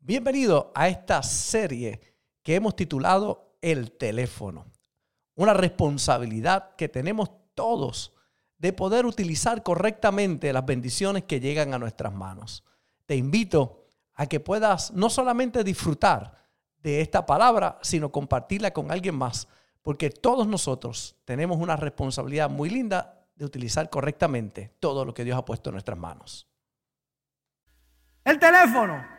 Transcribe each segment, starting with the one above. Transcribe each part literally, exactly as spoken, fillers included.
Bienvenido a esta serie que hemos titulado El teléfono. Una responsabilidad que tenemos todos de poder utilizar correctamente las bendiciones que llegan a nuestras manos. Te invito a que puedas no solamente disfrutar de esta palabra, sino compartirla con alguien más, porque todos nosotros tenemos una responsabilidad muy linda de utilizar correctamente todo lo que Dios ha puesto en nuestras manos. El teléfono.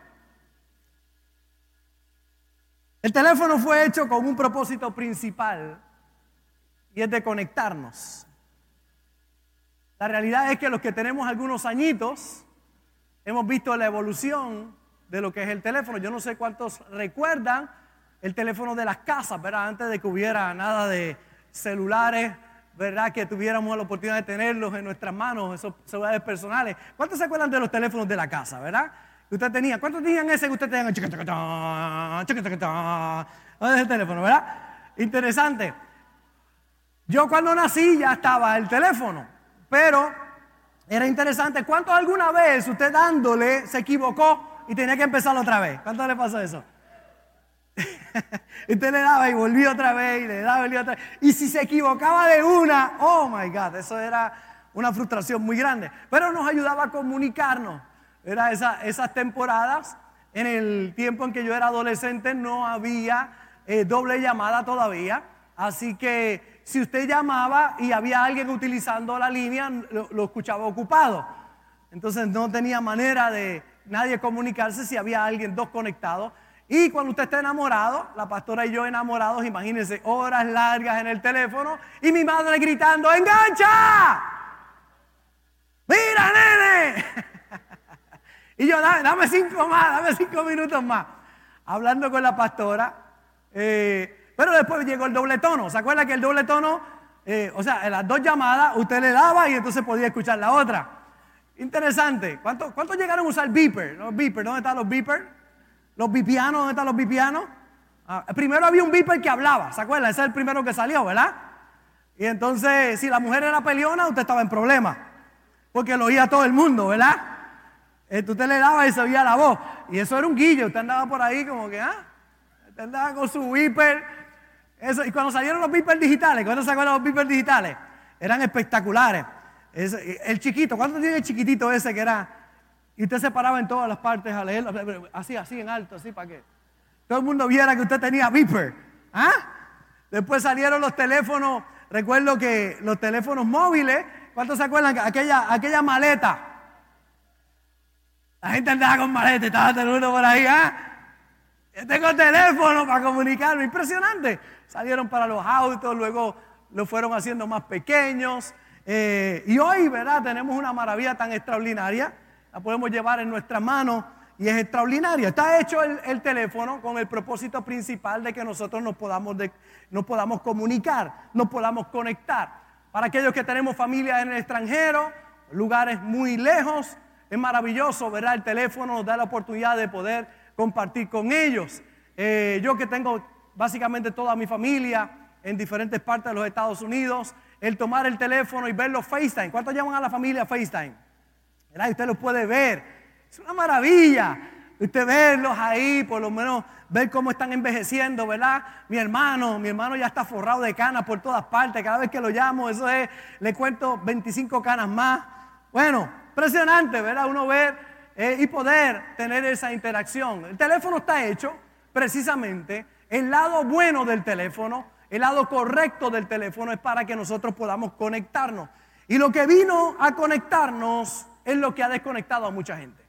El teléfono fue hecho con un propósito principal y es de conectarnos. La realidad es que los que tenemos algunos añitos hemos visto la evolución de lo que es el teléfono. Yo no sé cuántos recuerdan el teléfono de las casas, ¿verdad? Antes de que hubiera nada de celulares, ¿verdad? Que tuviéramos la oportunidad de tenerlos en nuestras manos, esos celulares personales. ¿Cuántos se acuerdan de los teléfonos de la casa, verdad? Que usted tenía. ¿Cuántos tenían ese que usted tenía? Ese teléfono, ¿verdad? Interesante. Yo cuando nací ya estaba el teléfono, pero era interesante. ¿Cuántos alguna vez usted dándole se equivocó y tenía que empezar otra vez? ¿Cuánto le pasó eso? Usted le daba y volvía otra vez y le daba y volvía otra vez. Y si se equivocaba de una, oh my God, eso era una frustración muy grande. Pero nos ayudaba a comunicarnos. Era esa, esas temporadas, en el tiempo en que yo era adolescente, no había eh, doble llamada todavía. Así que si usted llamaba y había alguien utilizando la línea, lo, lo escuchaba ocupado. Entonces no tenía manera de nadie comunicarse si había alguien, dos conectados. Y cuando usted está enamorado, la pastora y yo enamorados, imagínense, horas largas en el teléfono y mi madre gritando, ¡engancha! ¡Mira, nene! Y yo, dame, dame cinco más, dame cinco minutos más. Hablando con la pastora. Eh, pero después llegó el doble tono. ¿Se acuerda que el doble tono, eh, o sea, en las dos llamadas, usted le daba y entonces podía escuchar la otra? Interesante. ¿Cuántos cuánto llegaron a usar beeper? Los beeper, ¿dónde están los beeper? Los bipianos, ¿dónde están los bipianos? Ah, primero había un beeper que hablaba, ¿se acuerda? Ese es el primero que salió, ¿verdad? Y entonces, si la mujer era peleona, usted estaba en problemas. Porque lo oía todo el mundo, ¿verdad? Entonces usted le daba y se oía la voz. Y eso era un guillo. Usted andaba por ahí como que, ¿ah? Usted andaba con su beeper. Eso. Y cuando salieron los beepers digitales, ¿cuándo se acuerdan los beepers digitales? Eran espectaculares. Ese, el chiquito, ¿cuánto tiene el chiquitito ese que era? Y usted se paraba en todas las partes a leerlo, así, así en alto, así para que todo el mundo viera que usted tenía beeper. ¿Ah? Después salieron los teléfonos, recuerdo que los teléfonos móviles, ¿cuántos se acuerdan? Aquella, aquella maleta. La gente andaba con maleta y estaba teniendo por ahí, ¿ah? Yo tengo teléfono para comunicarme, impresionante. Salieron para los autos, luego lo fueron haciendo más pequeños. Eh, y hoy, ¿verdad? Tenemos una maravilla tan extraordinaria. La podemos llevar en nuestras manos y es extraordinaria. Está hecho el, el teléfono con el propósito principal de que nosotros nos podamos, de, nos podamos comunicar, nos podamos conectar. Para aquellos que tenemos familia en el extranjero, lugares muy lejos, es maravilloso, ¿verdad? El teléfono nos da la oportunidad de poder compartir con ellos. Eh, yo que tengo básicamente toda mi familia en diferentes partes de los Estados Unidos, el tomar el teléfono y verlos FaceTime. ¿Cuántos llaman a la familia FaceTime? ¿Verdad? Y usted los puede ver. Es una maravilla. Usted verlos ahí, por lo menos ver cómo están envejeciendo, ¿verdad? Mi hermano, mi hermano ya está forrado de canas por todas partes. Cada vez que lo llamo, eso es, le cuento veinticinco canas más. Bueno, impresionante, ¿verdad? Uno ver eh, y poder tener esa interacción. El teléfono está hecho precisamente, el lado bueno del teléfono, el lado correcto del teléfono es para que nosotros podamos conectarnos. Y lo que vino a conectarnos es lo que ha desconectado a mucha gente.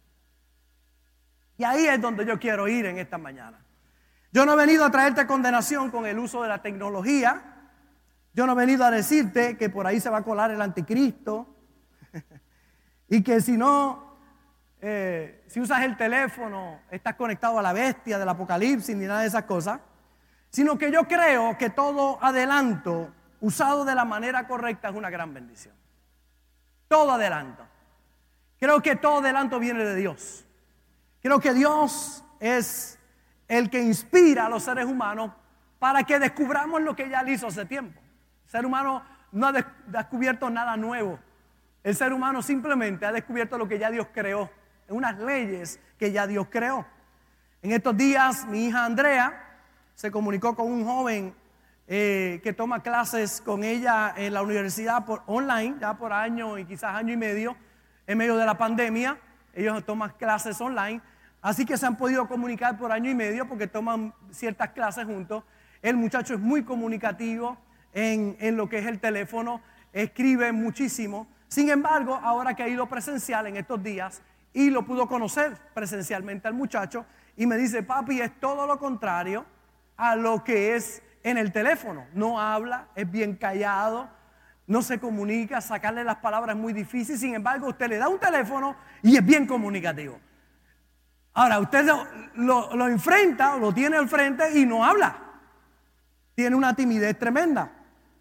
Y ahí es donde yo quiero ir en esta mañana. Yo no he venido a traerte condenación con el uso de la tecnología. Yo no he venido a decirte que por ahí se va a colar el anticristo. Y que si no, eh, si usas el teléfono, estás conectado a la bestia del apocalipsis ni nada de esas cosas. Sino que yo creo que todo adelanto usado de la manera correcta es una gran bendición. Todo adelanto. Creo que todo adelanto viene de Dios. Creo que Dios es el que inspira a los seres humanos para que descubramos lo que ya Él hizo hace tiempo. El ser humano no ha descubierto nada nuevo. El ser humano simplemente ha descubierto lo que ya Dios creó, unas leyes que ya Dios creó. En estos días mi hija Andrea se comunicó con un joven eh, que toma clases con ella en la universidad por online, ya por año y quizás año y medio, en medio de la pandemia. Ellos toman clases online, así que se han podido comunicar por año y medio porque toman ciertas clases juntos. El muchacho es muy comunicativo en, en lo que es el teléfono, escribe muchísimo. Sin embargo, ahora que ha ido presencial en estos días y lo pudo conocer presencialmente al muchacho, y me dice: papi, es todo lo contrario a lo que es en el teléfono. No habla, es bien callado, no se comunica, sacarle las palabras es muy difícil. Sin embargo, usted le da un teléfono y es bien comunicativo. Ahora, usted lo, lo, lo enfrenta o lo tiene al frente y no habla. Tiene una timidez tremenda.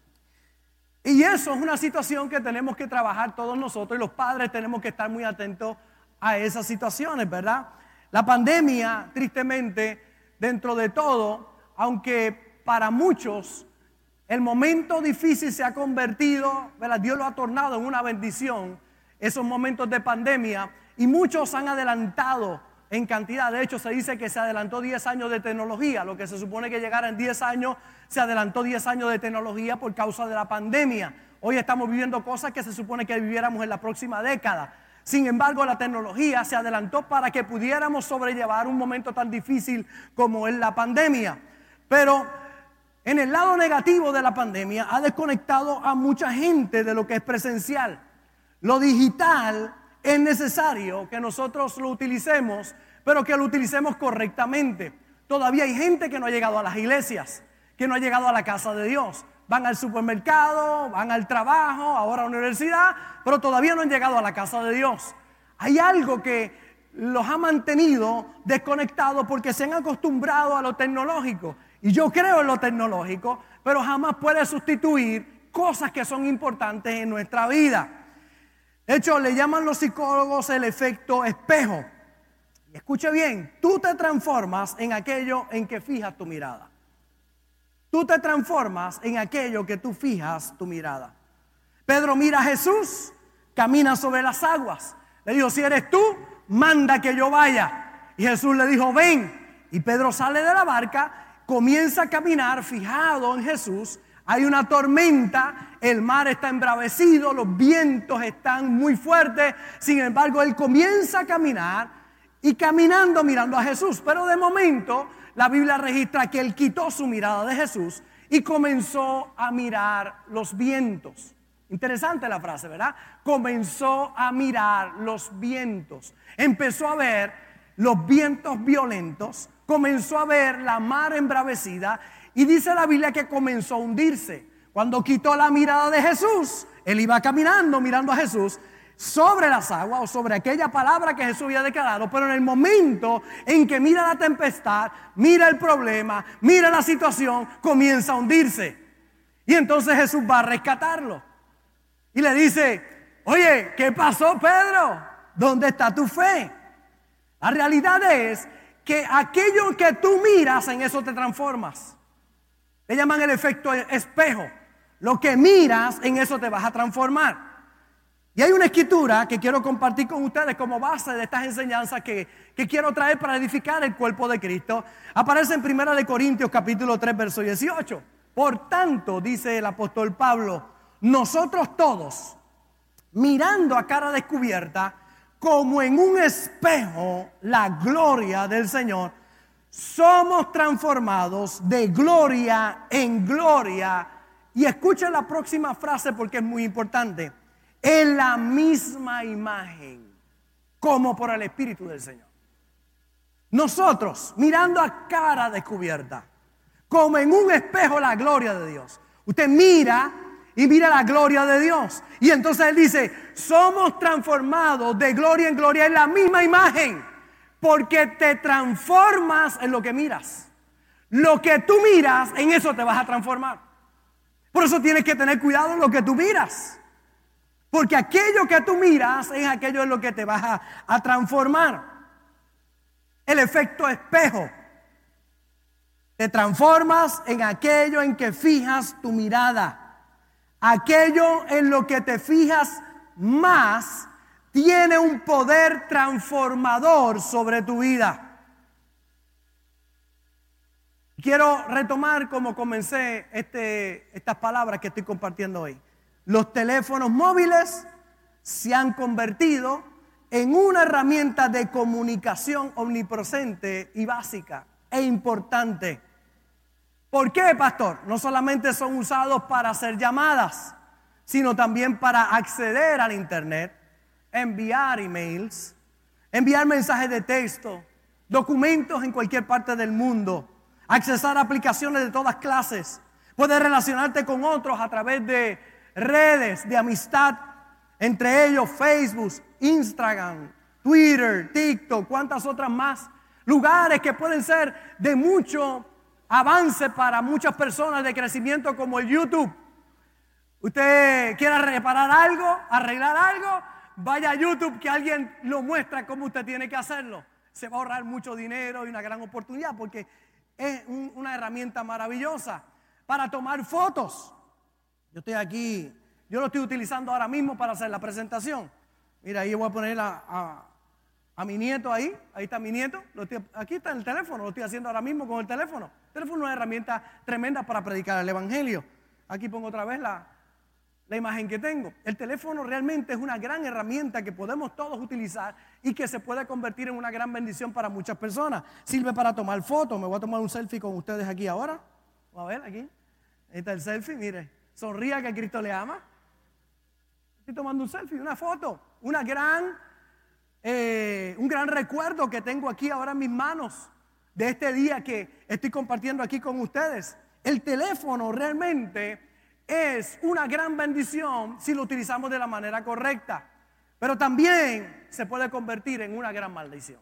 Y eso es una situación que tenemos que trabajar todos nosotros, y los padres tenemos que estar muy atentos a esas situaciones, ¿verdad? La pandemia, tristemente, dentro de todo, aunque para muchos el momento difícil se ha convertido, ¿verdad? Dios lo ha tornado en una bendición, esos momentos de pandemia, y muchos han adelantado en cantidad. De hecho, se dice que se adelantó diez años de tecnología. Lo que se supone que llegara en diez años, se adelantó diez años de tecnología por causa de la pandemia. Hoy estamos viviendo cosas que se supone que viviéramos en la próxima década. Sin embargo, la tecnología se adelantó para que pudiéramos sobrellevar un momento tan difícil como es la pandemia. Pero en el lado negativo de la pandemia ha desconectado a mucha gente de lo que es presencial. Lo digital es necesario que nosotros lo utilicemos, pero que lo utilicemos correctamente. Todavía hay gente que no ha llegado a las iglesias, que no ha llegado a la casa de Dios. Van al supermercado, van al trabajo, ahora a la universidad, pero todavía no han llegado a la casa de Dios. Hay algo que los ha mantenido desconectados porque se han acostumbrado a lo tecnológico. Y yo creo en lo tecnológico, pero jamás puede sustituir cosas que son importantes en nuestra vida. De hecho, le llaman los psicólogos el efecto espejo. Y escuche bien, tú te transformas en aquello en que fijas tu mirada. Tú te transformas en aquello que tú fijas tu mirada. Pedro mira a Jesús, camina sobre las aguas. Le dijo: si eres tú, manda que yo vaya. Y Jesús le dijo: ven. Y Pedro sale de la barca, comienza a caminar fijado en Jesús. Hay una tormenta, el mar está embravecido, los vientos están muy fuertes. Sin embargo, él comienza a caminar y caminando mirando a Jesús. Pero de momento la Biblia registra que él quitó su mirada de Jesús y comenzó a mirar los vientos. Interesante la frase, ¿verdad? Comenzó a mirar los vientos. Empezó a ver los vientos violentos, comenzó a ver la mar embravecida, y dice la Biblia que comenzó a hundirse. Cuando quitó la mirada de Jesús, él iba caminando mirando a Jesús sobre las aguas o sobre aquella palabra que Jesús había declarado, pero en el momento en que mira la tempestad, mira el problema, mira la situación, comienza a hundirse. Y entonces Jesús va a rescatarlo y le dice: oye, ¿qué pasó, Pedro? ¿Dónde está tu fe? La realidad es que aquello que tú miras, en eso te transformas. Le llaman el efecto espejo. Lo que miras, en eso te vas a transformar. Y hay una escritura que quiero compartir con ustedes como base de estas enseñanzas que, que quiero traer para edificar el cuerpo de Cristo. Aparece en primera de Corintios capítulo tres, verso dieciocho. Por tanto, dice el apóstol Pablo, nosotros todos, mirando a cara descubierta, como en un espejo, la gloria del Señor, somos transformados de gloria en gloria. Y escuchen la próxima frase porque es muy importante: en la misma imagen, como por el Espíritu del Señor. Nosotros, mirando a cara descubierta, como en un espejo, la gloria de Dios. Usted mira y mira la gloria de Dios, y entonces él dice: somos transformados de gloria en gloria en la misma imagen, porque te transformas en lo que miras. Lo que tú miras, en eso te vas a transformar. Por eso tienes que tener cuidado en lo que tú miras, porque aquello que tú miras es aquello en lo que te vas a, a transformar. El efecto espejo. Te transformas en aquello en que fijas tu mirada. Aquello en lo que te fijas más tiene un poder transformador sobre tu vida. Quiero retomar como comencé este, estas palabras que estoy compartiendo hoy. Los teléfonos móviles se han convertido en una herramienta de comunicación omnipresente y básica e importante. ¿Por qué, pastor? No solamente son usados para hacer llamadas, sino también para acceder al internet, enviar emails, enviar mensajes de texto, documentos en cualquier parte del mundo, accesar aplicaciones de todas clases, poder relacionarte con otros a través de redes de amistad, entre ellos Facebook, Instagram, Twitter, TikTok, cuántas otras más, lugares que pueden ser de mucho avance para muchas personas de crecimiento como el YouTube. Usted quiere reparar algo, arreglar algo, vaya a YouTube que alguien lo muestra cómo usted tiene que hacerlo. Se va a ahorrar mucho dinero y una gran oportunidad porque es un, una herramienta maravillosa para tomar fotos. Yo estoy aquí, yo lo estoy utilizando ahora mismo para hacer la presentación. Mira, ahí voy a poner a, a, a mi nieto ahí, ahí está mi nieto. Lo estoy, aquí está el teléfono, lo estoy haciendo ahora mismo con el teléfono. El teléfono es una herramienta tremenda para predicar el evangelio. Aquí pongo otra vez la, la imagen que tengo. El teléfono realmente es una gran herramienta que podemos todos utilizar y que se puede convertir en una gran bendición para muchas personas. Sirve para tomar fotos. Me voy a tomar un selfie con ustedes aquí ahora. Vamos a ver aquí. Ahí está el selfie, mire. Sonría que Cristo le ama. Estoy tomando un selfie, una foto. Una gran, eh, un gran recuerdo que tengo aquí ahora en mis manos de este día que estoy compartiendo aquí con ustedes. El teléfono realmente es una gran bendición si lo utilizamos de la manera correcta, pero también se puede convertir en una gran maldición.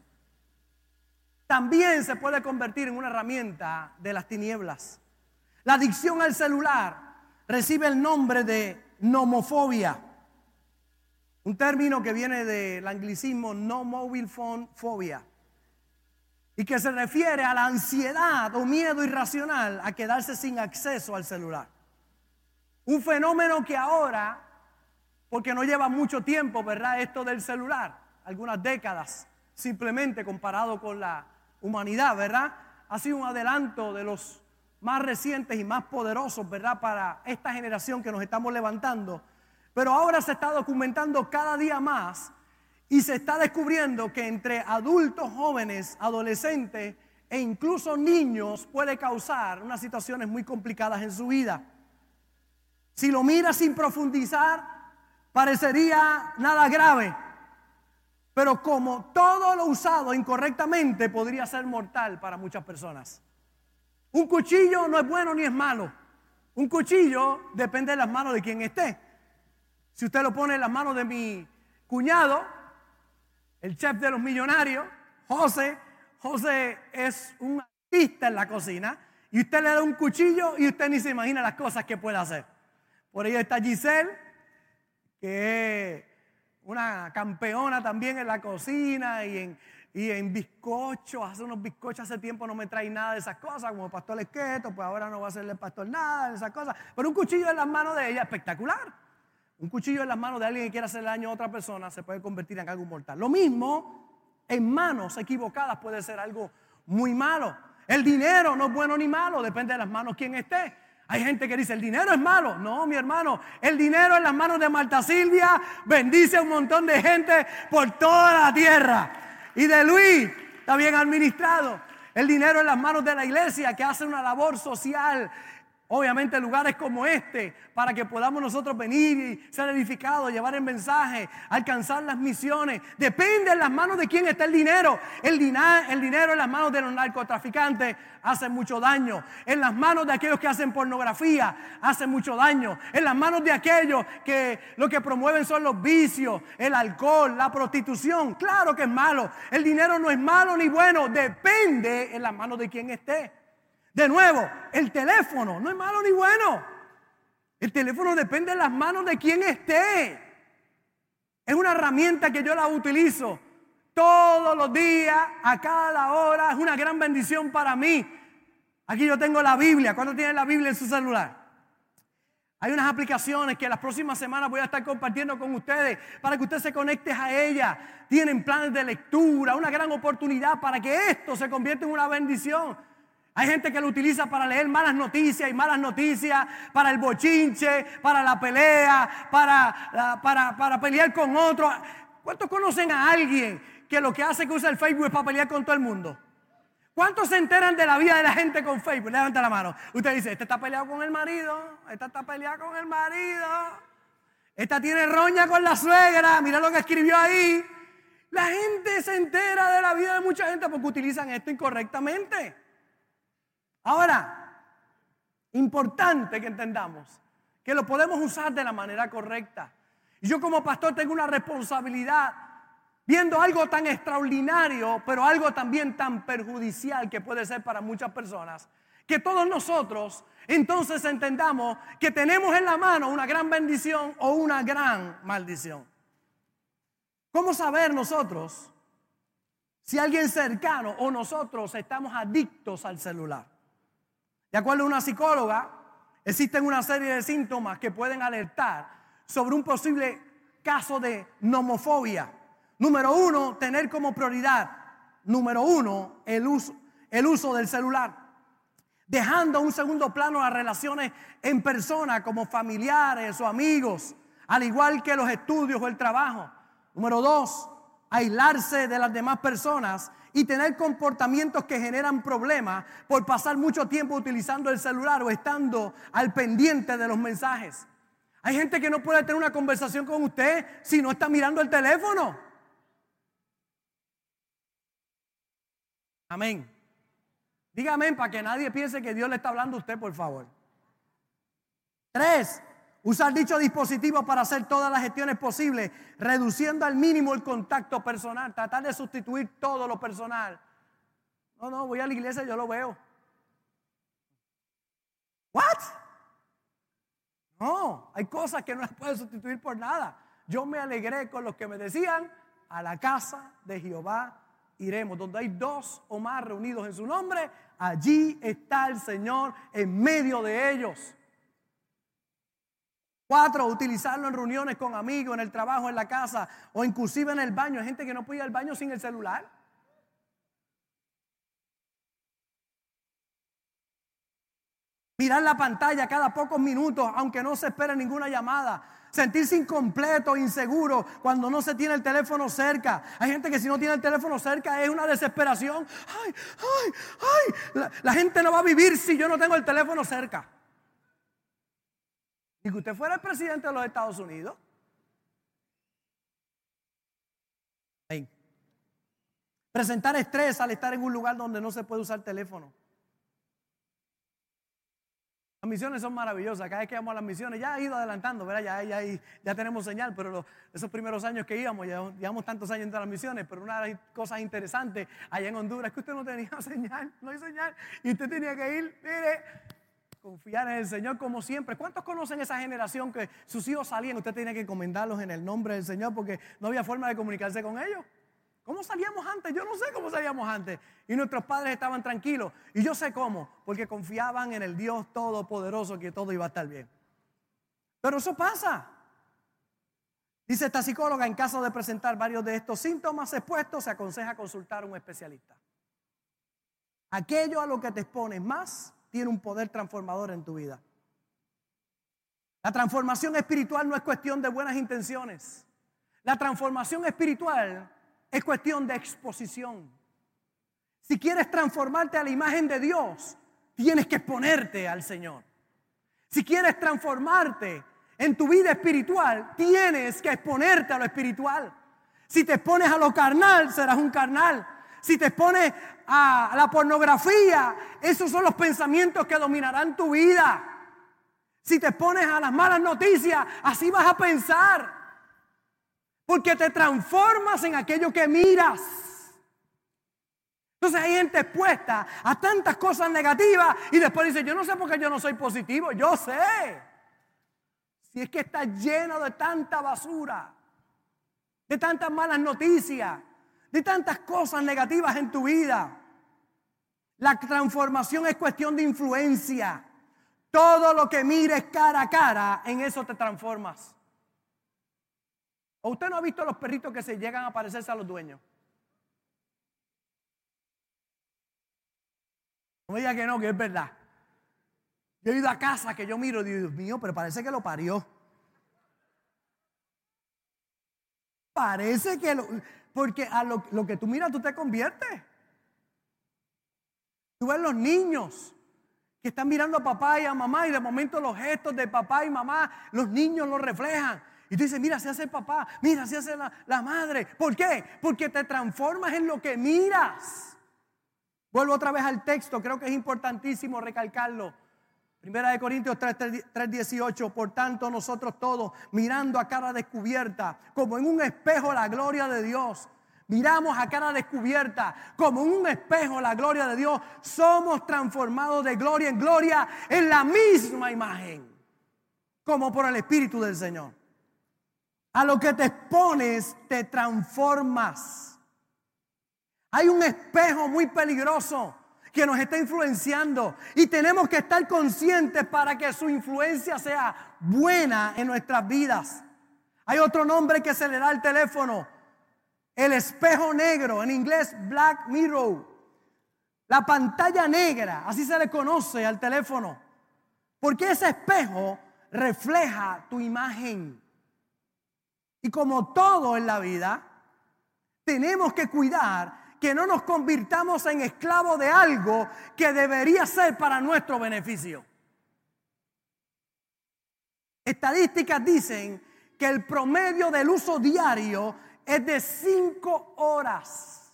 También se puede convertir en una herramienta de las tinieblas. La adicción al celular recibe el nombre de nomofobia, un término que viene del anglicismo no mobile phone phobia y que se refiere a la ansiedad o miedo irracional a quedarse sin acceso al celular. Un fenómeno que ahora, porque no lleva mucho tiempo, ¿verdad? Esto del celular, algunas décadas, simplemente comparado con la humanidad, ¿verdad? Ha sido un adelanto de los más recientes y más poderosos, ¿verdad? Para esta generación que nos estamos levantando. Pero ahora se está documentando cada día más y se está descubriendo que entre adultos, jóvenes, adolescentes e incluso niños puede causar unas situaciones muy complicadas en su vida. Si lo mira sin profundizar, parecería nada grave. Pero como todo lo usado incorrectamente podría ser mortal para muchas personas. Un cuchillo no es bueno ni es malo. Un cuchillo depende de las manos de quien esté. Si usted lo pone en las manos de mi cuñado, el chef de los millonarios, José, José es un artista en la cocina, y usted le da un cuchillo y usted ni se imagina las cosas que puede hacer. Por ahí está Giselle, que es una campeona también en la cocina y en, y en bizcochos. Hace unos bizcochos, hace tiempo no me trae nada de esas cosas, como pastor Esqueto, pues ahora no va a hacerle pastor nada de esas cosas. Pero un cuchillo en las manos de ella, espectacular. Un cuchillo en las manos de alguien que quiera hacerle daño a otra persona se puede convertir en algo mortal. Lo mismo, en manos equivocadas puede ser algo muy malo. El dinero no es bueno ni malo, depende de las manos quien esté. Hay gente que dice, el dinero es malo. No, mi hermano, el dinero en las manos de Marta Silvia bendice a un montón de gente por toda la tierra. Y de Luis, está bien administrado. El dinero en las manos de la iglesia que hace una labor social. Obviamente lugares como este, para que podamos nosotros venir y ser edificados, llevar el mensaje, alcanzar las misiones. Depende en las manos de quién está el dinero. El, dina, el dinero en las manos de los narcotraficantes hace mucho daño. En las manos de aquellos que hacen pornografía hace mucho daño. En las manos de aquellos que lo que promueven son los vicios, el alcohol, la prostitución. Claro que es malo. El dinero no es malo ni bueno. Depende en las manos de quién esté. De nuevo, el teléfono no es malo ni bueno. El teléfono depende de las manos de quien esté. Es una herramienta que yo la utilizo todos los días, a cada hora. Es una gran bendición para mí. Aquí yo tengo la Biblia. ¿Cuántos tienen la Biblia en su celular? Hay unas aplicaciones que las próximas semanas voy a estar compartiendo con ustedes para que usted se conecte a ellas. Tienen planes de lectura, una gran oportunidad para que esto se convierta en una bendición. Hay gente que lo utiliza para leer malas noticias y malas noticias, para el bochinche, para la pelea, para, la, para, para pelear con otros. ¿Cuántos conocen a alguien que lo que hace que usa el Facebook es para pelear con todo el mundo? ¿Cuántos se enteran de la vida de la gente con Facebook? Levanta la mano. Usted dice, este está peleado con el marido, esta está peleada con el marido, esta tiene roña con la suegra, mira lo que escribió ahí. La gente se entera de la vida de mucha gente porque utilizan esto incorrectamente. Ahora, importante que entendamos que lo podemos usar de la manera correcta. Y yo como pastor tengo una responsabilidad viendo algo tan extraordinario, pero algo también tan perjudicial que puede ser para muchas personas, que todos nosotros entonces entendamos que tenemos en la mano una gran bendición o una gran maldición. ¿Cómo saber nosotros si alguien cercano o nosotros estamos adictos al celular? De acuerdo a una psicóloga, existen una serie de síntomas que pueden alertar sobre un posible caso de nomofobia. Número uno, tener como prioridad, número uno, el uso, el uso del celular. Dejando a un segundo plano las relaciones en persona como familiares o amigos, al igual que los estudios o el trabajo. Número dos, aislarse de las demás personas y tener comportamientos que generan problemas por pasar mucho tiempo utilizando el celular o estando al pendiente de los mensajes. Hay gente que no puede tener una conversación con usted si no está mirando el teléfono. Amén. Diga amén para que nadie piense que Dios le está hablando a usted, por favor. Tres, usar dicho dispositivo para hacer todas las gestiones posibles, reduciendo al mínimo el contacto personal. Tratar de sustituir todo lo personal. No, no, voy a la iglesia y yo lo veo. ¿What? No, hay cosas que no las puedo sustituir por nada. Yo me alegré con los que me decían, a la casa de Jehová iremos. Donde hay dos o más reunidos en su nombre, allí está el Señor en medio de ellos. Cuatro, utilizarlo en reuniones con amigos, en el trabajo, en la casa o inclusive en el baño. Hay gente que no puede ir al baño sin el celular. Mirar la pantalla cada pocos minutos, aunque no se espere ninguna llamada. Sentirse incompleto, inseguro, cuando no se tiene el teléfono cerca. Hay gente que si no tiene el teléfono cerca es una desesperación. Ay, ay, ay. La, la gente no va a vivir si yo no tengo el teléfono cerca. Y que usted fuera el presidente de los Estados Unidos. Hey. Presentar estrés al estar en un lugar donde no se puede usar teléfono. Las misiones son maravillosas. Cada vez que vamos a las misiones, ya he ido adelantando, ¿verdad? Ya, ya, ya tenemos señal, pero los, esos primeros años que íbamos, ya llevamos tantos años entre las misiones, pero una de las cosas interesantes allá en Honduras es que usted no tenía señal, no hay señal, y usted tenía que ir, mire, confiar en el Señor como siempre. ¿Cuántos conocen esa generación que sus hijos salían? Usted tenía que encomendarlos en el nombre del Señor porque no había forma de comunicarse con ellos. ¿Cómo salíamos antes? Yo no sé cómo salíamos antes. Y nuestros padres estaban tranquilos. Y yo sé cómo, porque confiaban en el Dios Todopoderoso que todo iba a estar bien. Pero eso pasa. Dice esta psicóloga, en caso de presentar varios de estos síntomas expuestos, se aconseja consultar a un especialista. Aquello a lo que te expones más tiene un poder transformador en tu vida. La transformación espiritual no es cuestión de buenas intenciones. La transformación espiritual es cuestión de exposición. Si quieres transformarte a la imagen de Dios, tienes que exponerte al Señor. Si quieres transformarte en tu vida espiritual, tienes que exponerte a lo espiritual. Si te expones a lo carnal, serás un carnal. Si te expones a la pornografía, esos son los pensamientos que dominarán tu vida. Si te expones a las malas noticias, así vas a pensar. Porque te transformas en aquello que miras. Entonces hay gente expuesta a tantas cosas negativas y después dice, yo no sé por qué yo no soy positivo. Yo sé. Si es que está lleno de tanta basura, de tantas malas noticias, de tantas cosas negativas en tu vida. La transformación es cuestión de influencia. Todo lo que mires cara a cara, en eso te transformas. ¿O usted no ha visto los perritos que se llegan a parecerse a los dueños? No me diga que no, que es verdad. Yo he ido a casa que yo miro y digo, Dios mío, pero parece que lo parió. Parece que lo... Porque a lo, lo que tú miras, tú te conviertes. Tú ves los niños que están mirando a papá y a mamá y de momento los gestos de papá y mamá, los niños los reflejan. Y tú dices, mira, así hace el papá, mira, así hace la, la madre. ¿Por qué? Porque te transformas en lo que miras. Vuelvo otra vez al texto, creo que es importantísimo recalcarlo. Primera de Corintios tres dieciocho, por tanto nosotros todos, mirando a cara descubierta, como en un espejo la gloria de Dios, miramos a cara descubierta, como en un espejo la gloria de Dios, somos transformados de gloria en gloria en la misma imagen, como por el Espíritu del Señor. A lo que te expones, te transformas. Hay un espejo muy peligroso que nos está influenciando y tenemos que estar conscientes para que su influencia sea buena en nuestras vidas. Hay otro nombre que se le da al teléfono, el espejo negro, en inglés black mirror, la pantalla negra, así se le conoce al teléfono, porque ese espejo refleja tu imagen. Y como todo en la vida, tenemos que cuidar que no nos convirtamos en esclavos de algo que debería ser para nuestro beneficio. Estadísticas dicen que el promedio del uso diario es de cinco horas.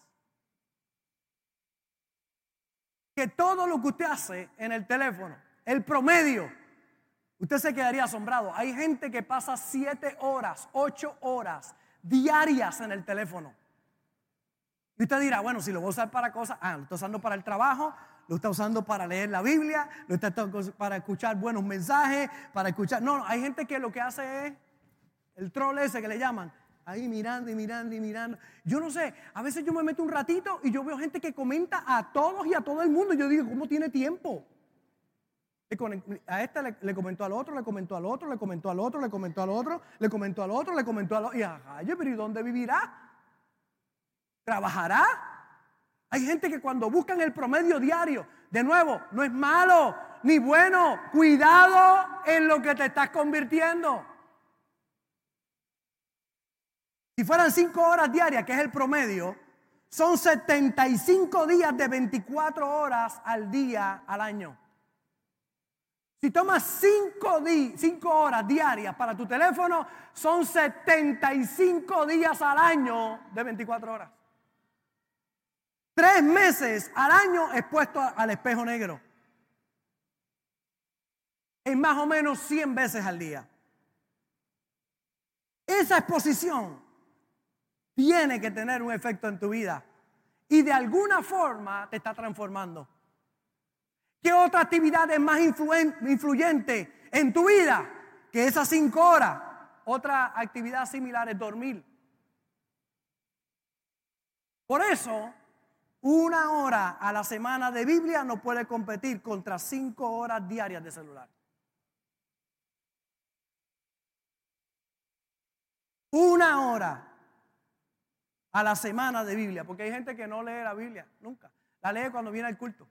Que todo lo que usted hace en el teléfono, el promedio, usted se quedaría asombrado. Hay gente que pasa siete horas, ocho horas diarias en el teléfono. Y usted dirá, bueno, si lo voy a usar para cosas, ah, lo está usando para el trabajo, lo está usando para leer la Biblia, lo está usando para escuchar buenos mensajes, para escuchar... No, no, hay gente que lo que hace es el troll ese que le llaman, ahí mirando y mirando y mirando. Yo no sé, a veces yo me meto un ratito y yo veo gente que comenta a todos y a todo el mundo. Y yo digo, ¿cómo tiene tiempo? A este le, le comentó al otro, le comentó al otro, le comentó al otro, le comentó al otro, le comentó al otro, le comentó al otro. Y ajá, pero ¿y dónde vivirá? ¿Trabajará? Hay gente que cuando buscan el promedio diario, de nuevo, no es malo ni bueno. Cuidado en lo que te estás convirtiendo. Si fueran cinco horas diarias, que es el promedio, son setenta y cinco días de veinticuatro horas al día al año. Si tomas cinco, di- cinco horas diarias para tu teléfono, son setenta y cinco días al año de veinticuatro horas. Tres meses al año expuesto al espejo negro. En más o menos cien veces al día. Esa exposición tiene que tener un efecto en tu vida. Y de alguna forma te está transformando. ¿Qué otra actividad es más influen- influyente en tu vida que esas cinco horas? Otra actividad similar es dormir. Por eso, una hora a la semana de Biblia no puede competir contra cinco horas diarias de celular. Una hora a la semana de Biblia, porque hay gente que no lee la Biblia nunca. La lee cuando viene al culto.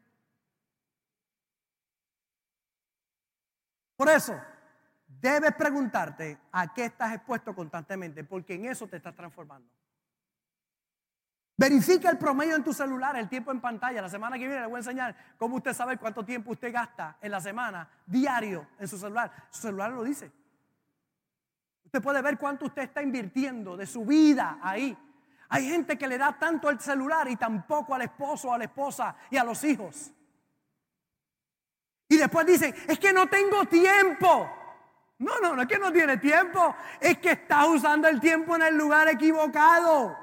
Por eso, debes preguntarte a qué estás expuesto constantemente, porque en eso te estás transformando. Verifica el promedio en tu celular, el tiempo en pantalla. La semana que viene le voy a enseñar cómo usted sabe cuánto tiempo usted gasta en la semana, diario, en su celular. Su celular lo dice. Usted puede ver cuánto usted está invirtiendo de su vida ahí. Hay gente que le da tanto al celular y tampoco al esposo, a la esposa y a los hijos. Y después dicen, es que no tengo tiempo. No, no, no es que no tiene tiempo. Es que estás usando el tiempo en el lugar equivocado.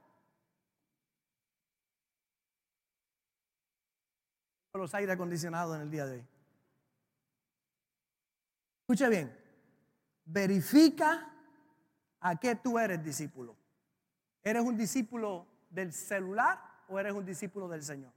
Los aire acondicionados en el día de hoy. Escuche bien. Verifica a qué tú eres discípulo. ¿Eres un discípulo del celular o eres un discípulo del Señor?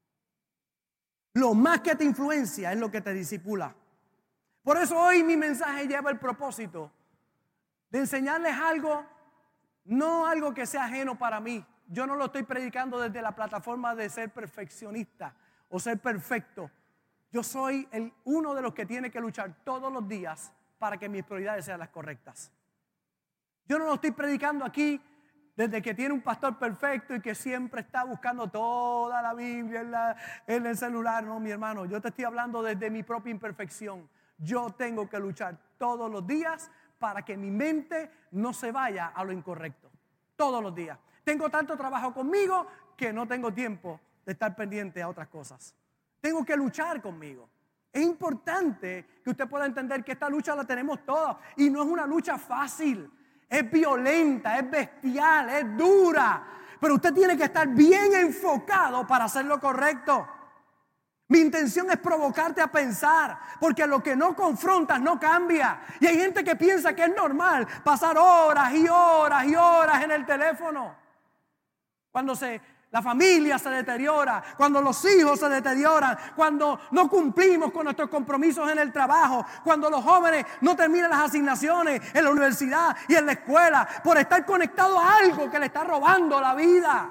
Lo más que te influencia es lo que te discipula. Por eso hoy mi mensaje lleva el propósito de enseñarles algo, no algo que sea ajeno para mí. Yo no lo estoy predicando desde la plataforma de ser perfeccionista o ser perfecto. Yo soy el, uno de los que tiene que luchar todos los días para que mis prioridades sean las correctas. Yo no lo estoy predicando aquí desde que tiene un pastor perfecto y que siempre está buscando toda la Biblia en, la, en el celular. No, mi hermano, yo te estoy hablando desde mi propia imperfección. Yo tengo que luchar todos los días para que mi mente no se vaya a lo incorrecto. Todos los días. Tengo tanto trabajo conmigo que no tengo tiempo de estar pendiente a otras cosas. Tengo que luchar conmigo. Es importante que usted pueda entender que esta lucha la tenemos todos y no es una lucha fácil. Es violenta, es bestial, es dura. Pero usted tiene que estar bien enfocado para hacer lo correcto. Mi intención es provocarte a pensar, porque lo que no confrontas no cambia. Y hay gente que piensa que es normal pasar horas y horas y horas en el teléfono. Cuando se, la familia se deteriora, cuando los hijos se deterioran, cuando no cumplimos con nuestros compromisos en el trabajo, cuando los jóvenes no terminan las asignaciones en la universidad y en la escuela por estar conectados a algo que le está robando la vida.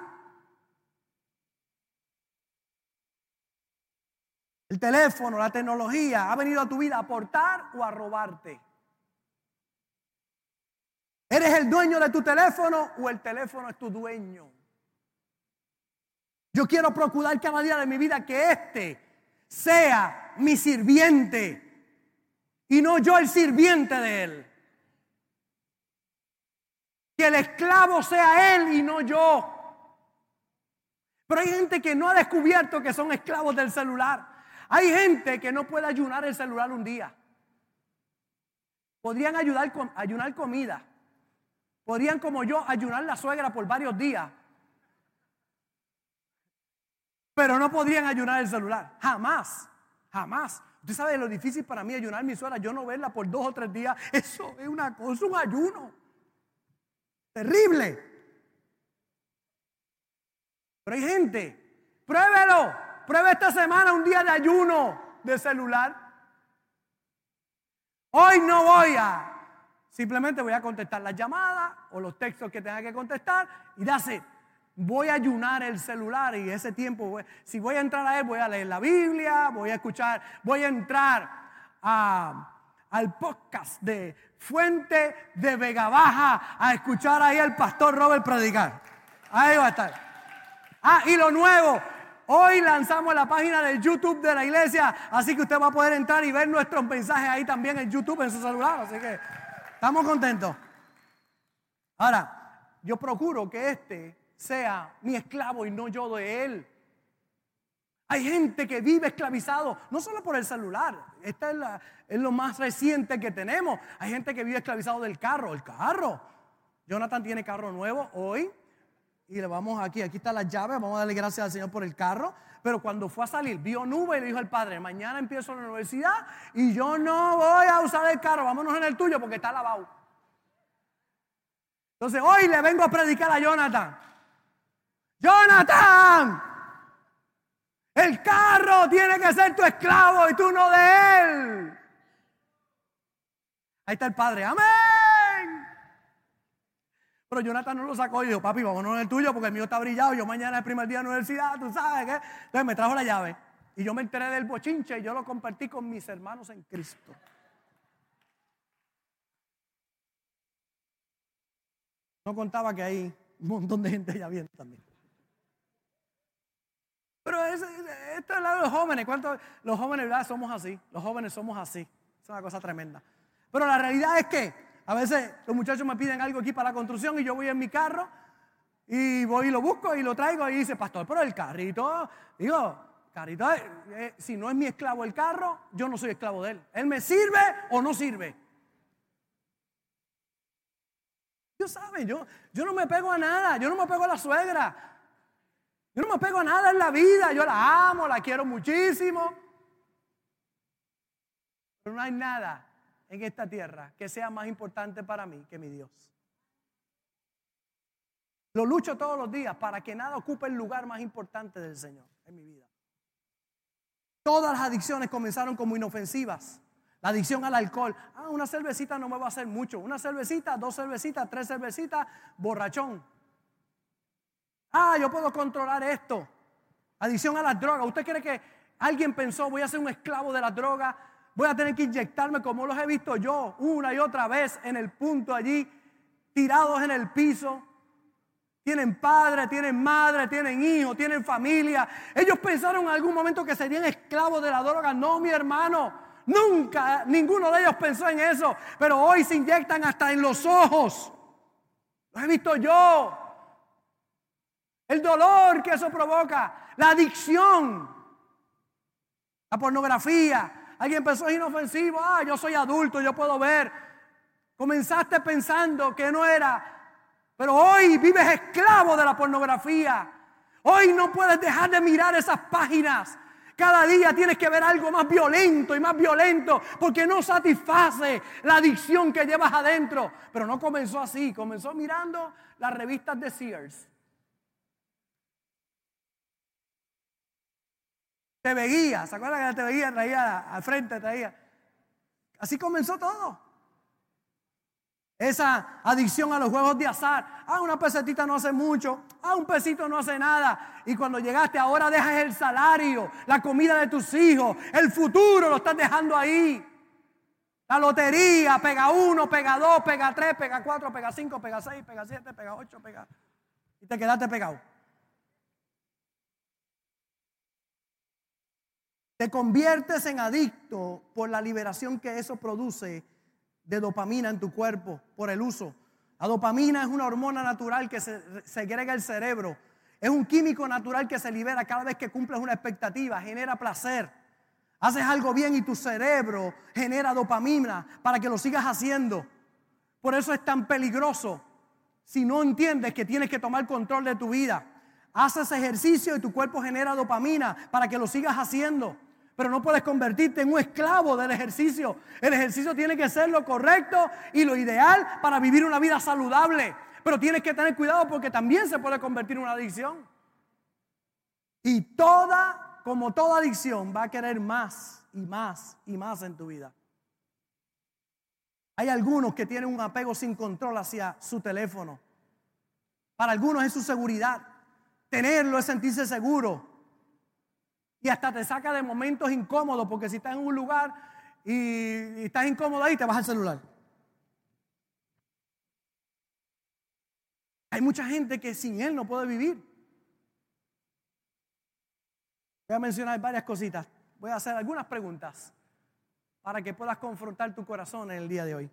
El teléfono, la tecnología ha venido a tu vida a aportar o a robarte. ¿Eres el dueño de tu teléfono o el teléfono es tu dueño? Yo quiero procurar cada día de mi vida que este sea mi sirviente y no yo el sirviente de él. Que el esclavo sea él y no yo. Pero hay gente que no ha descubierto que son esclavos del celular. Hay gente que no puede ayunar el celular un día. Podrían ayudar, ayunar comida. Podrían, como yo, ayunar la suegra por varios días. Pero no podrían ayunar el celular. Jamás, jamás. Usted sabe lo difícil para mí ayunar a mi suegra. Yo no verla por dos o tres días. Eso es una cosa, un ayuno. Terrible. Pero hay gente, pruébelo. Pruebe esta semana un día de ayuno de celular. Hoy no voy a, simplemente voy a contestar las llamadas o los textos que tenga que contestar y that's it. Voy a ayunar el celular y ese tiempo, voy, si voy a entrar a él, voy a leer la Biblia, voy a escuchar, voy a entrar a, al podcast de Fuente de Vega Baja a escuchar ahí al pastor Robert predicar. Ahí va a estar. Ah, y lo nuevo. Hoy lanzamos la página del YouTube de la iglesia, así que usted va a poder entrar y ver nuestros mensajes ahí también en YouTube, en su celular, así que estamos contentos. Ahora, yo procuro que este sea mi esclavo y no yo de él. Hay gente que vive esclavizado, no solo por el celular, esta es, la, es lo más reciente que tenemos. Hay gente que vive esclavizado del carro, el carro. Jonathan tiene carro nuevo hoy. Y le vamos aquí, aquí está las llaves, vamos a darle gracias al Señor por el carro. Pero cuando fue a salir, vio nube y le dijo al padre, mañana empiezo la universidad y yo no voy a usar el carro, vámonos en el tuyo porque está lavado. Entonces hoy le vengo a predicar a Jonathan. Jonathan, el carro tiene que ser tu esclavo y tú no de él. Ahí está el padre, amén. Pero Jonathan no lo sacó y dijo, papi, vámonos en el tuyo porque el mío está brillado. Yo mañana es el primer día de universidad, tú sabes qué. Entonces me trajo la llave y yo me enteré del bochinche y yo lo compartí con mis hermanos en Cristo. No contaba que hay un montón de gente allá viendo también. Pero es, esto es lado de los jóvenes. ¿Cuántos? Los jóvenes, ¿verdad? Somos así. Los jóvenes somos así. Es una cosa tremenda. Pero la realidad es que a veces los muchachos me piden algo aquí para la construcción y yo voy en mi carro y voy y lo busco y lo traigo y dice, pastor, pero el carrito, digo, carrito, eh, si no es mi esclavo el carro, yo no soy esclavo de él. ¿Él me sirve o no sirve? Yo saben, yo, yo no me pego a nada, yo no me pego a la suegra. Yo no me pego a nada en la vida, yo la amo, la quiero muchísimo. Pero no hay nada en esta tierra que sea más importante para mí que mi Dios. Lo lucho todos los días para que nada ocupe el lugar más importante del Señor en mi vida. Todas las adicciones comenzaron como inofensivas. La adicción al alcohol. Ah, una cervecita no me va a hacer mucho. Una cervecita, dos cervecitas, tres cervecitas, borrachón. Ah, yo puedo controlar esto. Adicción a las drogas. ¿Usted cree que alguien pensó, voy a ser un esclavo de las drogas? Voy a tener que inyectarme como los he visto yo una y otra vez en el punto allí, tirados en el piso. Tienen padre, tienen madre, tienen hijos, tienen familia. Ellos pensaron en algún momento que serían esclavos de la droga. No, mi hermano, nunca, ninguno de ellos pensó en eso. Pero hoy se inyectan hasta en los ojos. Lo he visto yo. El dolor que eso provoca, la adicción, la pornografía. Alguien pensó, es inofensivo, ah, yo soy adulto, yo puedo ver. Comenzaste pensando que no era. Pero hoy vives esclavo de la pornografía. Hoy no puedes dejar de mirar esas páginas. Cada día tienes que ver algo más violento y más violento porque no satisface la adicción que llevas adentro. Pero no comenzó así, comenzó mirando las revistas de Sears. T V Guía, ¿se acuerdan que la T V Guía traía al frente, traía? Así comenzó todo. Esa adicción a los juegos de azar. Ah, una pesetita no hace mucho. Ah, un pesito no hace nada. Y cuando llegaste ahora dejas el salario, la comida de tus hijos, el futuro lo estás dejando ahí. La lotería, pega uno, pega dos, pega tres, pega cuatro, pega cinco, pega seis, pega siete, pega ocho, pega... Y te quedaste pegado. Te conviertes en adicto por la liberación que eso produce de dopamina en tu cuerpo por el uso. La dopamina es una hormona natural que se segrega el cerebro. Es un químico natural que se libera cada vez que cumples una expectativa, genera placer. Haces algo bien y tu cerebro genera dopamina para que lo sigas haciendo. Por eso es tan peligroso si no entiendes que tienes que tomar control de tu vida. Haces ejercicio y tu cuerpo genera dopamina para que lo sigas haciendo. Pero no puedes convertirte en un esclavo del ejercicio. El ejercicio tiene que ser lo correcto y lo ideal para vivir una vida saludable. Pero tienes que tener cuidado porque también se puede convertir en una adicción. Y toda, como toda adicción, va a querer más y más y más en tu vida. Hay algunos que tienen un apego sin control hacia su teléfono. Para algunos es su seguridad. Tenerlo es sentirse seguro. Y hasta te saca de momentos incómodos, porque si estás en un lugar y, y estás incómodo ahí, te vas al celular. Hay mucha gente que sin él no puede vivir. Voy a mencionar varias cositas. Voy a hacer algunas preguntas para que puedas confrontar tu corazón en el día de hoy.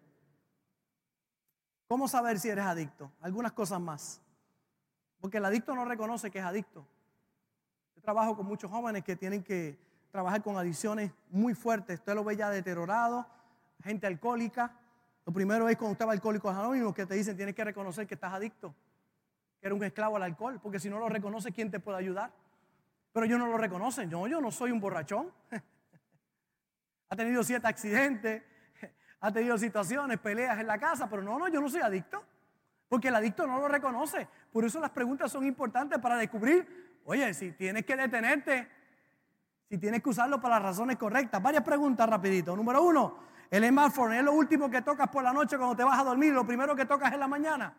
¿Cómo saber si eres adicto? Algunas cosas más. Porque el adicto no reconoce que es adicto. Yo trabajo con muchos jóvenes que tienen que trabajar con adicciones muy fuertes. Usted lo ve ya deteriorado, gente alcohólica. Lo primero es cuando usted va a Alcohólicos Anónimos que te dicen tienes que reconocer que estás adicto, que eres un esclavo al alcohol, porque si no lo reconoces, ¿quién te puede ayudar? Pero ellos no lo reconocen. No, yo no soy un borrachón. Ha tenido siete accidentes, ha tenido situaciones, peleas en la casa, pero no, no, yo no soy adicto, porque el adicto no lo reconoce. Por eso las preguntas son importantes para descubrir. Oye, si tienes que detenerte, si tienes que usarlo para las razones correctas. Varias preguntas rapidito. Número uno, el smartphone es lo último que tocas por la noche cuando te vas a dormir, lo primero que tocas en la mañana.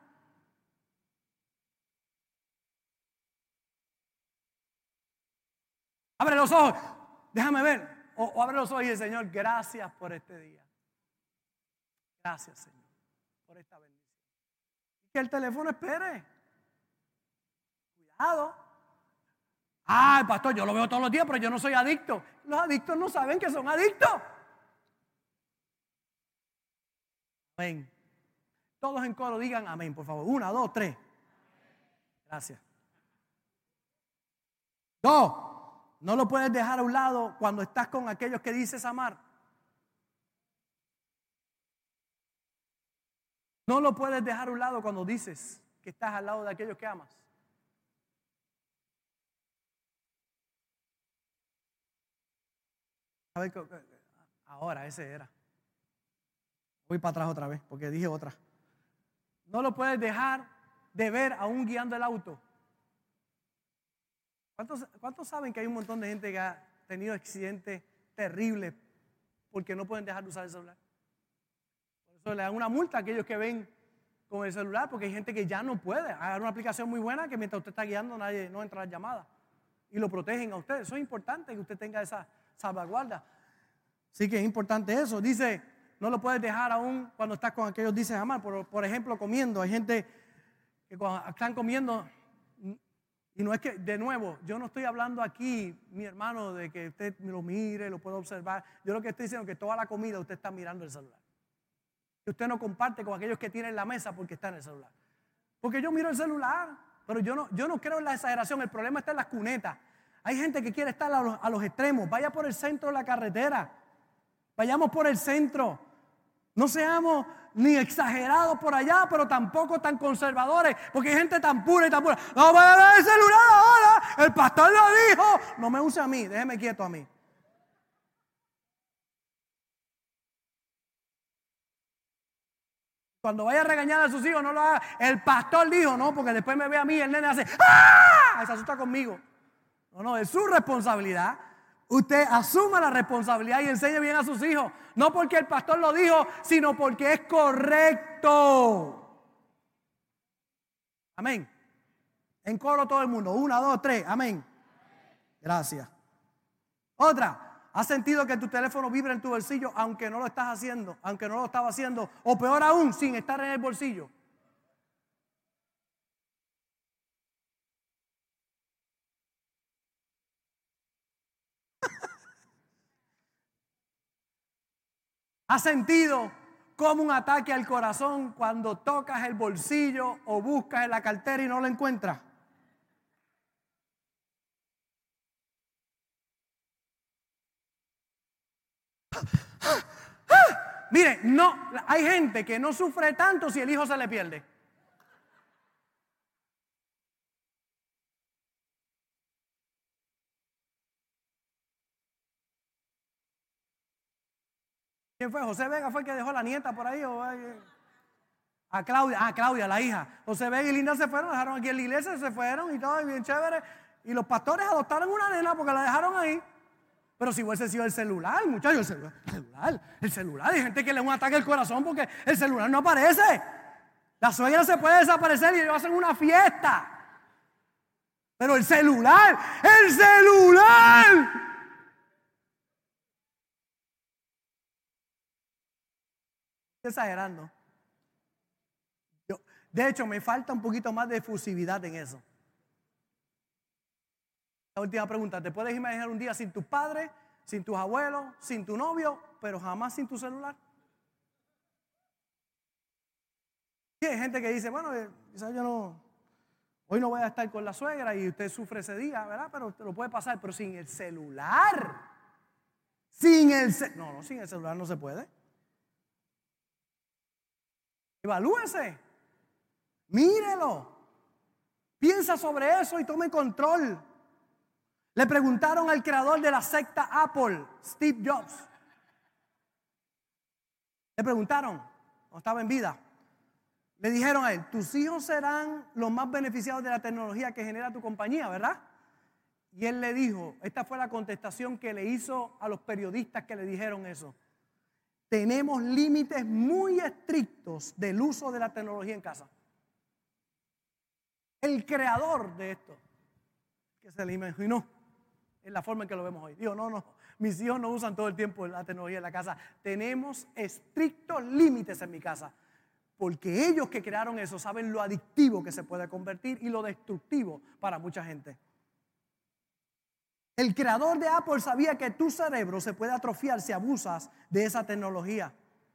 Abre los ojos, déjame ver. O, o abre los ojos y dice, Señor, gracias por este día. Gracias, Señor, por esta bendición. Que el teléfono espere. Cuidado. Ay, pastor, yo lo veo todos los días, pero yo no soy adicto. Los adictos no saben que son adictos. Amén. Todos en coro digan amén, por favor. Una, dos, tres. Gracias. Dos, no lo puedes dejar a un lado cuando estás con aquellos que dices amar. No lo puedes dejar a un lado cuando dices que estás al lado de aquellos que amas. A ver, ahora ese era. Voy para atrás otra vez porque dije otra. No lo puedes dejar de ver aún guiando el auto. ¿Cuántos, ¿Cuántos saben que hay un montón de gente que ha tenido accidentes terribles porque no pueden dejar de usar el celular? Por eso le dan una multa a aquellos que ven con el celular, porque hay gente que ya no puede. Hay una aplicación muy buena que mientras usted está guiando nadie no entra las llamadas. y lo protegen a usted. Eso es importante que usted tenga esa salvaguarda. Así que es importante eso. Dice, no lo puedes dejar aún cuando estás con aquellos, dice jamás. Por, por ejemplo, comiendo. Hay gente que cuando están comiendo, y no es que, de nuevo, yo no estoy hablando aquí, mi hermano, de que usted lo mire, lo pueda observar. Yo lo que estoy diciendo es que toda la comida usted está mirando el celular. Que usted no comparte con aquellos que tienen la mesa porque está en el celular. Porque yo miro el celular, pero yo no, yo no creo en la exageración. El problema está en las cunetas. Hay gente que quiere estar a los, a los extremos. Vaya por el centro de la carretera. Vayamos por el centro. No seamos ni exagerados por allá, pero tampoco tan conservadores. Porque hay gente tan pura y tan pura. No voy a ver el celular ahora. El pastor lo dijo. No me use a mí. Déjeme quieto a mí. Cuando vaya a regañar a sus hijos, no lo haga. El pastor dijo, no, porque después me ve a mí y el nene hace ¡ah! Se asusta conmigo. No, no, es su responsabilidad. Usted asuma la responsabilidad y enseñe bien a sus hijos. No porque el pastor lo dijo, sino porque es correcto. Amén. En coro todo el mundo. Una, dos, tres. Amén. Gracias. Otra. ¿Has sentido que tu teléfono vibra en tu bolsillo aunque no lo estás haciendo? Aunque no lo estaba haciendo. O peor aún, sin estar en el bolsillo. ¿Has sentido como un ataque al corazón cuando tocas el bolsillo o buscas en la cartera y no lo encuentras? Mire, no, hay gente que no sufre tanto si el hijo se le pierde. ¿Quién fue? José Vega fue el que dejó la nieta por ahí. ¿O? A Claudia, ah, Claudia, la hija. José Vega y Linda se fueron, dejaron aquí en la iglesia, se fueron y todo, y bien chévere. Y los pastores adoptaron una nena porque la dejaron ahí. Pero si hubiese sido el celular, muchachos, el celular, el celular, el celular. Hay gente que le da un ataque al corazón porque el celular no aparece. La suegra se puede desaparecer y ellos hacen una fiesta. Pero el celular, el celular. Estoy exagerando. Yo, de hecho, me falta un poquito más de efusividad en eso. La última pregunta, ¿te puedes imaginar un día sin tus padres, sin tus abuelos, sin tu novio, pero jamás sin tu celular? Sí, hay gente que dice, bueno, quizás yo no, hoy no voy a estar con la suegra y usted sufre ese día, ¿verdad? Pero te lo puede pasar, pero sin el celular. Sin el celular. No, no, sin el celular no se puede. Evalúese. Mírelo. Piensa sobre eso y tome control. Le preguntaron al creador de la secta Apple, Steve Jobs. Le preguntaron, cuando estaba en vida, le dijeron a él, tus hijos serán los más beneficiados de la tecnología que genera tu compañía, ¿verdad? Y él le dijo, esta fue la contestación que le hizo a los periodistas que le dijeron eso. Tenemos límites muy estrictos del uso de la tecnología en casa. El creador de esto, que se le imaginó, en la forma en que lo vemos hoy. Digo, no, no, mis hijos no usan todo el tiempo la tecnología en la casa. Tenemos estrictos límites en mi casa. Porque ellos que crearon eso saben lo adictivo que se puede convertir y lo destructivo para mucha gente. El creador de Apple sabía que tu cerebro se puede atrofiar si abusas de esa tecnología.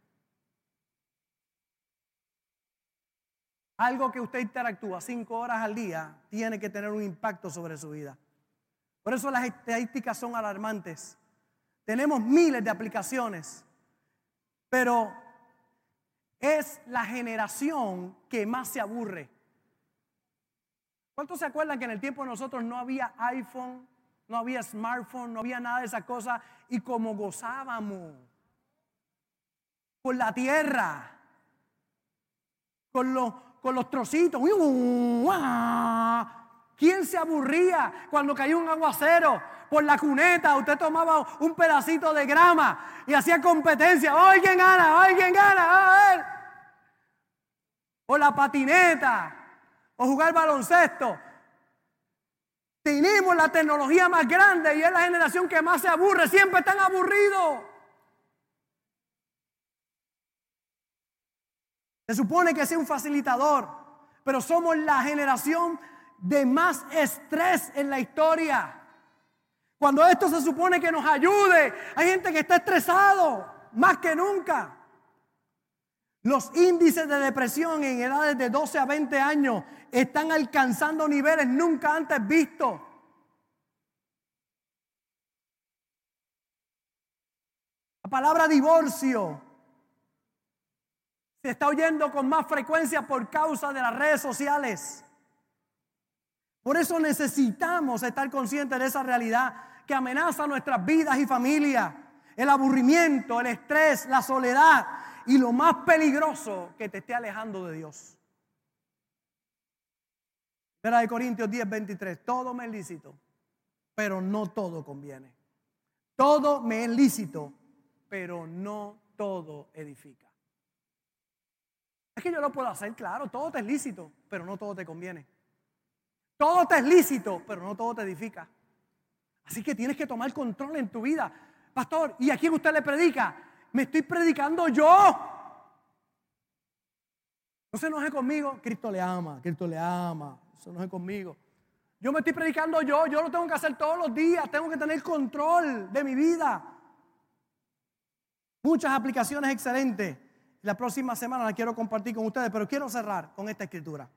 Algo que usted interactúa cinco horas al día tiene que tener un impacto sobre su vida. Por eso las estadísticas son alarmantes. Tenemos miles de aplicaciones, pero es la generación que más se aburre. ¿Cuántos se acuerdan que en el tiempo de nosotros no había iPhone, no había smartphone, no había nada de esas cosas? Y como gozábamos con la tierra, con los, con los trocitos. ¿Quién se aburría cuando cayó un aguacero? Por la cuneta usted tomaba un pedacito de grama y hacía competencia. ¡Ay, quién gana! ¡Ay, quién gana! A ver. O la patineta, o jugar baloncesto. Tenemos la tecnología más grande y es la generación que más se aburre. Siempre están aburridos. Se supone que sea un facilitador, pero somos la generación de más estrés en la historia. Cuando esto se supone que nos ayude, hay gente que está estresado más que nunca. Los índices de depresión en edades de doce a veinte años están alcanzando niveles nunca antes vistos. La palabra divorcio se está oyendo con más frecuencia por causa de las redes sociales. Por eso necesitamos estar conscientes de esa realidad que amenaza nuestras vidas y familias. El aburrimiento, el estrés, la soledad y lo más peligroso, que te esté alejando de Dios. Primera de Corintios diez, veintitrés. Todo me es lícito, pero no todo conviene. Todo me es lícito, pero no todo edifica. Es que yo lo puedo hacer, claro, todo te es lícito, pero no todo te conviene. Todo te es lícito, pero no todo te edifica. Así que tienes que tomar control en tu vida. Pastor, ¿y a quién usted le predica? Me estoy predicando yo. No se enoje conmigo. Cristo le ama, Cristo le ama. No se enoje conmigo. Yo me estoy predicando yo. Yo lo tengo que hacer todos los días. Tengo que tener control de mi vida. Muchas aplicaciones excelentes. La próxima semana la quiero compartir con ustedes, pero quiero cerrar con esta escritura.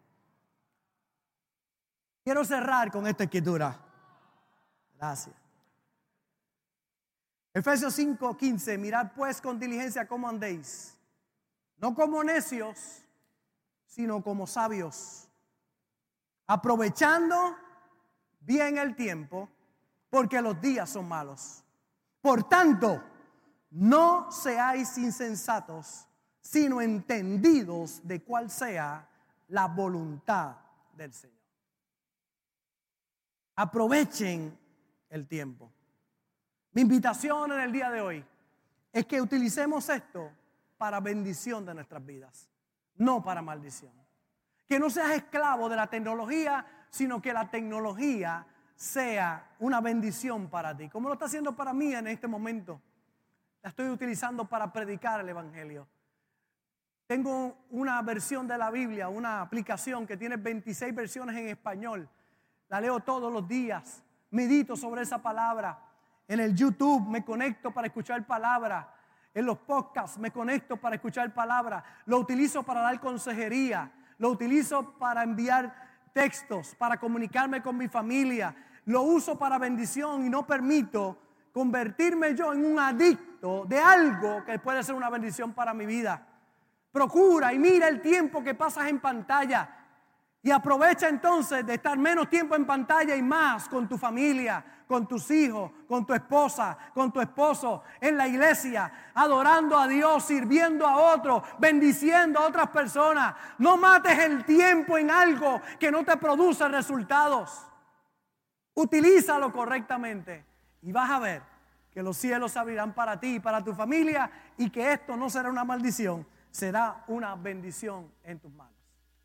Quiero cerrar con esta escritura. Gracias. Efesios cinco, quince. Mirad pues con diligencia cómo andéis, no como necios, sino como sabios, aprovechando bien el tiempo, porque los días son malos. Por tanto, no seáis insensatos, sino entendidos de cuál sea la voluntad del Señor. Aprovechen el tiempo. Mi invitación en el día de hoy es que utilicemos esto para bendición de nuestras vidas, no para maldición. Que no seas esclavo de la tecnología, sino que la tecnología sea una bendición para ti. Como lo está haciendo para mí en este momento. La estoy utilizando para predicar el Evangelio. Tengo una versión de la Biblia, una aplicación que tiene veintiséis versiones en español. La leo todos los días, medito sobre esa palabra. En el YouTube me conecto para escuchar palabra. En los podcasts me conecto para escuchar palabra. Lo utilizo para dar consejería. Lo utilizo para enviar textos, para comunicarme con mi familia. Lo uso para bendición y no permito convertirme yo en un adicto de algo que puede ser una bendición para mi vida. Procura y mira el tiempo que pasas en pantalla y aprovecha entonces de estar menos tiempo en pantalla y más con tu familia, con tus hijos, con tu esposa, con tu esposo, en la iglesia, adorando a Dios, sirviendo a otros, bendiciendo a otras personas. No mates el tiempo en algo que no te produce resultados. Utilízalo correctamente y vas a ver que los cielos se abrirán para ti y para tu familia y que esto no será una maldición, será una bendición en tus manos.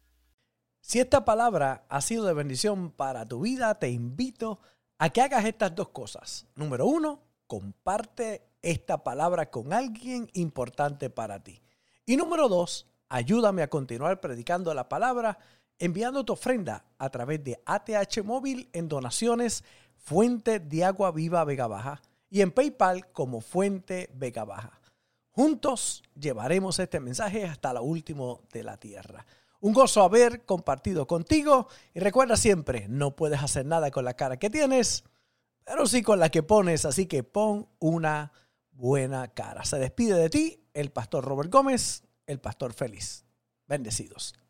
Si esta palabra ha sido de bendición para tu vida, te invito a que hagas estas dos cosas. Número uno, comparte esta palabra con alguien importante para ti. Y número dos, ayúdame a continuar predicando la palabra enviando tu ofrenda a través de A T H Móvil en donaciones Fuente de Agua Viva Vega Baja y en PayPal como Fuente Vega Baja. Juntos llevaremos este mensaje hasta lo último de la tierra. Un gozo haber compartido contigo y recuerda siempre, no puedes hacer nada con la cara que tienes, pero sí con la que pones, así que pon una buena cara. Se despide de ti el pastor Robert Gómez, el pastor feliz. Bendecidos.